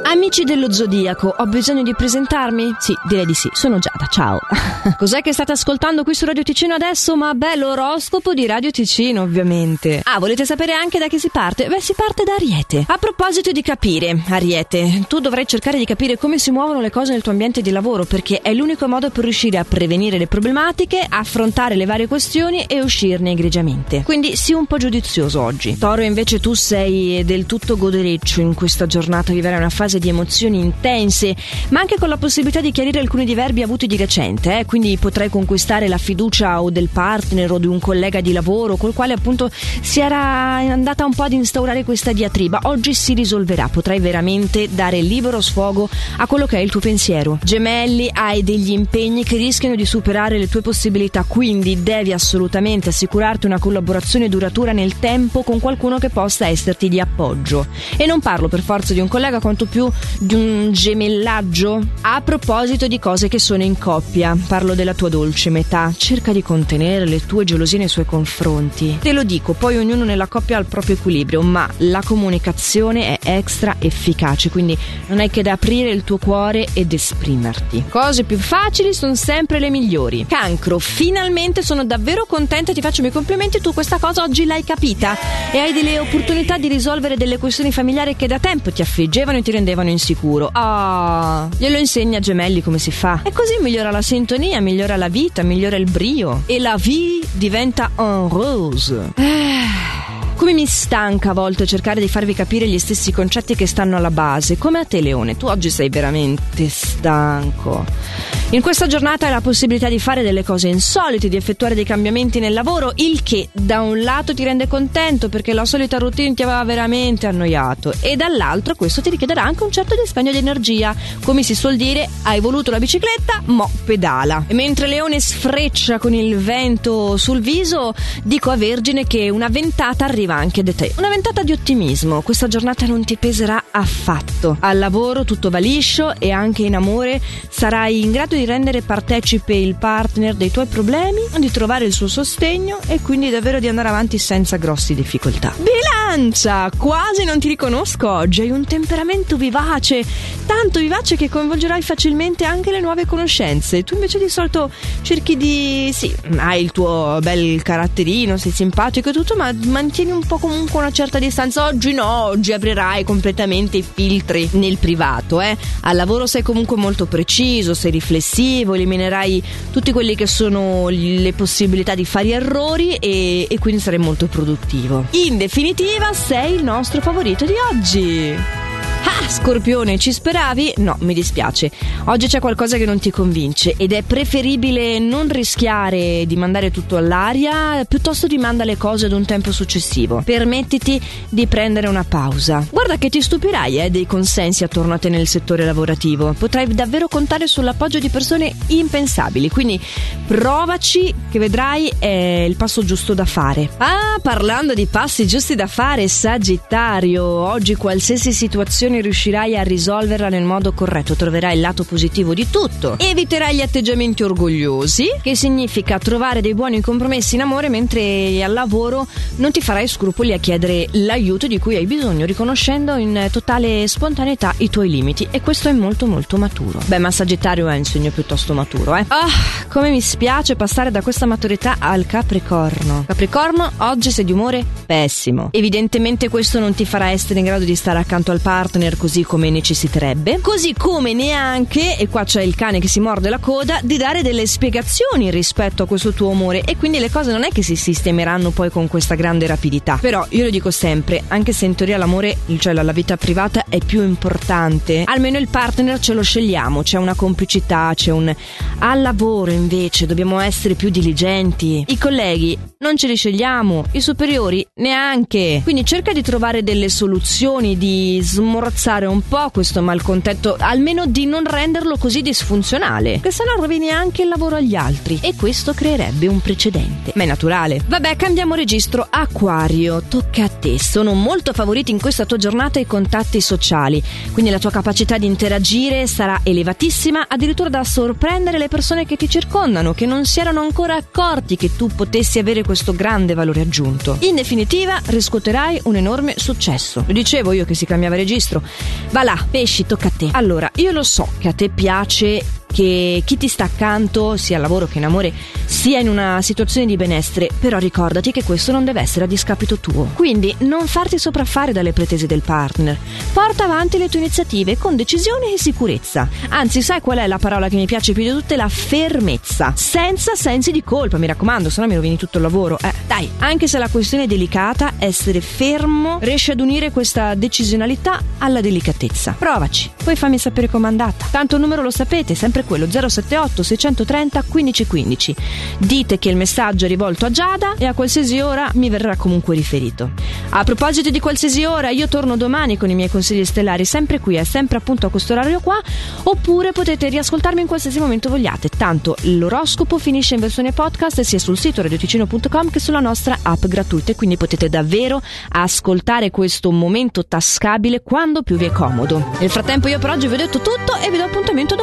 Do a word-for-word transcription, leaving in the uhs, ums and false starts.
Amici dello Zodiaco, ho bisogno di presentarmi? Sì, direi di sì, sono Giada, ciao. Cos'è che state ascoltando qui su Radio Ticino adesso? Ma beh, l'oroscopo di Radio Ticino, ovviamente. Ah, volete sapere anche da che si parte? Beh, si parte da Ariete. A proposito di capire, Ariete, tu dovrai cercare di capire come si muovono le cose nel tuo ambiente di lavoro, perché è l'unico modo per riuscire a prevenire le problematiche, affrontare le varie questioni e uscirne egregiamente. Quindi sii un po' giudizioso oggi. Toro, invece, tu sei del tutto godereccio in questa giornata, vivere una fase di emozioni intense, ma anche con la possibilità di chiarire alcuni diverbi avuti di recente, eh? Quindi potrai conquistare la fiducia o del partner o di un collega di lavoro col quale appunto si era andata un po' ad instaurare questa diatriba. Oggi si risolverà, potrai veramente dare libero sfogo a quello che è il tuo pensiero. Gemelli, hai degli impegni che rischiano di superare le tue possibilità, quindi devi assolutamente assicurarti una collaborazione duratura nel tempo con qualcuno che possa esserti di appoggio, e non parlo per forza di un collega quanto più di un gemellaggio. A proposito di cose che sono in coppia, parlo della tua dolce metà. Cerca di contenere le tue gelosie nei suoi confronti. Te lo dico, poi ognuno nella coppia ha il proprio equilibrio, ma la comunicazione è extra efficace, quindi non hai che da aprire il tuo cuore ed esprimerti. Cose più facili sono sempre le migliori. Cancro, finalmente sono davvero contenta, ti faccio i miei complimenti, tu questa cosa oggi l'hai capita e hai delle opportunità di risolvere delle questioni familiari che da tempo ti affliggevano e ti rendevano insicuro. Ah, oh, glielo insegna Gemelli come si fa. E così migliora la sintonia, migliora la vita, migliora il brio e la vie diventa en rose. Come mi stanca a volte cercare di farvi capire gli stessi concetti che stanno alla base. Come a te, Leone, tu oggi sei veramente stanco. In questa giornata hai la possibilità di fare delle cose insolite, di effettuare dei cambiamenti nel lavoro, il che da un lato ti rende contento perché la solita routine ti aveva veramente annoiato, e dall'altro questo ti richiederà anche un certo dispendio di energia. Come si suol dire, hai voluto la bicicletta, mo pedala. E mentre Leone sfreccia con il vento sul viso, dico a Vergine che una ventata arriva anche da te, una ventata di ottimismo. Questa giornata non ti peserà affatto. Al lavoro tutto va liscio e anche in amore sarai in grado di rendere partecipe il partner dei tuoi problemi, di trovare il suo sostegno e quindi davvero di andare avanti senza grossi difficoltà. Bilancia, quasi non ti riconosco oggi, hai un temperamento vivace, tanto vivace che coinvolgerai facilmente anche le nuove conoscenze. Tu invece di solito cerchi di... sì, hai il tuo bel caratterino, sei simpatico e tutto, ma mantieni un po' comunque una certa distanza. Oggi no, oggi aprirai completamente i filtri nel privato, eh. Al lavoro sei comunque molto preciso, sei riflessivo, eliminerai tutti quelli che sono le possibilità di fare errori e, e quindi sarai molto produttivo. In definitiva, sei il nostro favorito di oggi. Ah, Scorpione, ci speravi? No, mi dispiace. Oggi c'è qualcosa che non ti convince ed è preferibile non rischiare di mandare tutto all'aria, piuttosto rimanda le cose ad un tempo successivo. Permettiti di prendere una pausa. Guarda che ti stupirai eh, dei consensi attorno a te nel settore lavorativo. Potrai davvero contare sull'appoggio di persone impensabili, quindi provaci che vedrai è il passo giusto da fare. Ah, parlando di passi giusti da fare, Sagittario, oggi qualsiasi situazione riuscirai a risolverla nel modo corretto, troverai il lato positivo di tutto, eviterai gli atteggiamenti orgogliosi, che significa trovare dei buoni compromessi in amore, mentre al lavoro non ti farai scrupoli a chiedere l'aiuto di cui hai bisogno, riconoscendo in totale spontaneità i tuoi limiti, e questo è molto molto maturo. Beh, ma Sagittario è un segno piuttosto maturo, eh. Ah, come mi spiace passare da questa maturità al Capricorno. Capricorno, oggi sei di umore pessimo. Evidentemente questo non ti farà essere in grado di stare accanto al partner così come necessiterebbe, così come neanche, e qua c'è il cane che si morde la coda, di dare delle spiegazioni rispetto a questo tuo umore, e quindi le cose non è che si sistemeranno poi con questa grande rapidità. Però io lo dico sempre, anche se in teoria l'amore, cioè la vita privata è più importante, almeno il partner ce lo scegliamo, c'è una complicità, c'è un... Al lavoro invece dobbiamo essere più diligenti, i colleghi non ce li scegliamo, i superiori neanche, quindi cerca di trovare delle soluzioni, di smorzare un po' questo malcontento, almeno di non renderlo così disfunzionale, che se no rovini anche il lavoro agli altri e questo creerebbe un precedente, ma è naturale. Vabbè, cambiamo registro. Acquario, tocca a te. Sono molto favoriti in questa tua giornata i contatti sociali, quindi la tua capacità di interagire sarà elevatissima, addirittura da sorprendere le persone che ti circondano, che non si erano ancora accorti che tu potessi avere questo grande valore aggiunto. In definitiva, riscuoterai un enorme successo. Lo dicevo io che si cambiava registro, Va là, pesci, tocca a te. Allora, io lo so che a te piace che chi ti sta accanto, sia al lavoro che in amore, sia in una situazione di benessere, però ricordati che questo non deve essere a discapito tuo. Quindi non farti sopraffare dalle pretese del partner. Porta avanti le tue iniziative con decisione e sicurezza. Anzi, sai qual è la parola che mi piace più di tutte? La fermezza. Senza sensi di colpa, mi raccomando, se no mi rovini tutto il lavoro. Eh, dai, anche se la questione è delicata, essere fermo riesce ad unire questa decisionalità alla delicatezza. Provaci, poi fammi sapere com'è andata. Tanto il numero lo sapete, sempre quello zero sette otto sei tre zero quindici quindici. Dite che il messaggio è rivolto a Giada e a qualsiasi ora mi verrà comunque riferito. A proposito di qualsiasi ora, io torno domani con i miei consigli stellari, sempre qui, è sempre appunto a questo orario qua, oppure potete riascoltarmi in qualsiasi momento vogliate. Tanto l'oroscopo finisce in versione podcast sia sul sito radio ticino punto com che sulla nostra app gratuita, quindi potete davvero ascoltare questo momento tascabile quando più vi è comodo. Nel frattempo io per oggi vi ho detto tutto e vi do appuntamento domani.